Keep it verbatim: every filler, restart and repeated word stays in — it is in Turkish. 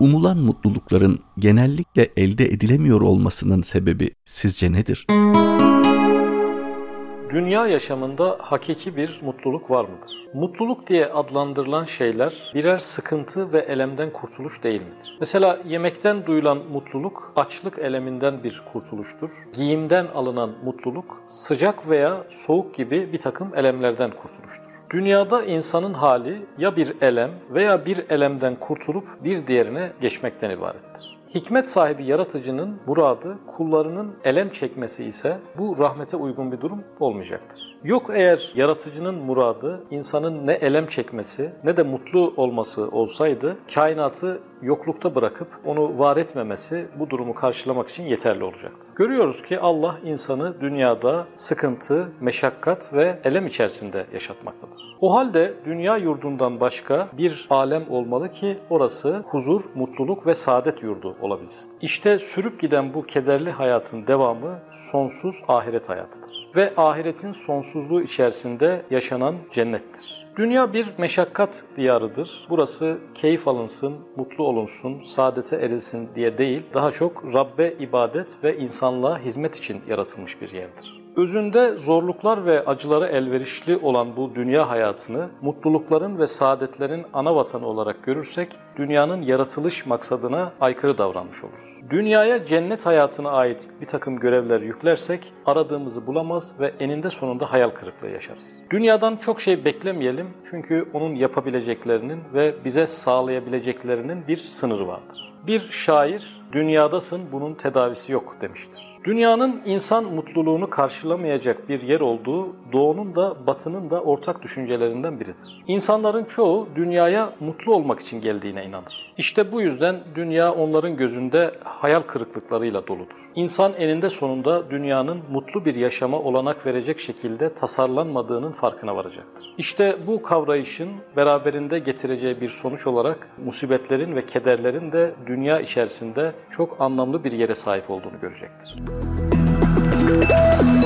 umulan mutlulukların genellikle elde edilemiyor olmasının sebebi sizce nedir? Dünya yaşamında hakiki bir mutluluk var mıdır? Mutluluk diye adlandırılan şeyler birer sıkıntı ve elemden kurtuluş değil midir? Mesela yemekten duyulan mutluluk açlık eleminden bir kurtuluştur. Giyimden alınan mutluluk sıcak veya soğuk gibi bir takım elemlerden kurtuluştur. Dünyada insanın hali ya bir elem veya bir elemden kurtulup bir diğerine geçmekten ibarettir. Hikmet sahibi yaratıcının muradı kullarının elem çekmesi ise bu rahmete uygun bir durum olmayacaktır. Yok eğer yaratıcının muradı insanın ne elem çekmesi ne de mutlu olması olsaydı kainatı yoklukta bırakıp onu var etmemesi bu durumu karşılamak için yeterli olacaktı. Görüyoruz ki Allah insanı dünyada sıkıntı, meşakkat ve elem içerisinde yaşatmaktadır. O halde dünya yurdundan başka bir alem olmalı ki orası huzur, mutluluk ve saadet yurdu olabilsin. İşte sürüp giden bu kederli hayatın devamı sonsuz ahiret hayatıdır. Ve ahiretin sonsuzluğu içerisinde yaşanan cennettir. Dünya bir meşakkat diyarıdır. Burası keyif alınsın, mutlu olunsun, saadete erilsin diye değil, daha çok Rabbe ibadet ve insanlığa hizmet için yaratılmış bir yerdir. Özünde zorluklar ve acılara elverişli olan bu dünya hayatını mutlulukların ve saadetlerin ana vatanı olarak görürsek dünyanın yaratılış maksadına aykırı davranmış oluruz. Dünyaya cennet hayatına ait bir takım görevler yüklersek aradığımızı bulamaz ve eninde sonunda hayal kırıklığı yaşarız. Dünyadan çok şey beklemeyelim çünkü onun yapabileceklerinin ve bize sağlayabileceklerinin bir sınırı vardır. Bir şair, "Dünyadasın, bunun tedavisi yok." demiştir. Dünyanın insan mutluluğunu karşılamayacak bir yer olduğu doğunun da batının da ortak düşüncelerinden biridir. İnsanların çoğu dünyaya mutlu olmak için geldiğine inanır. İşte bu yüzden dünya onların gözünde hayal kırıklıklarıyla doludur. İnsan eninde sonunda dünyanın mutlu bir yaşama olanak verecek şekilde tasarlanmadığının farkına varacaktır. İşte bu kavrayışın beraberinde getireceği bir sonuç olarak musibetlerin ve kederlerin de dünya içerisinde çok anlamlı bir yere sahip olduğunu görecektir.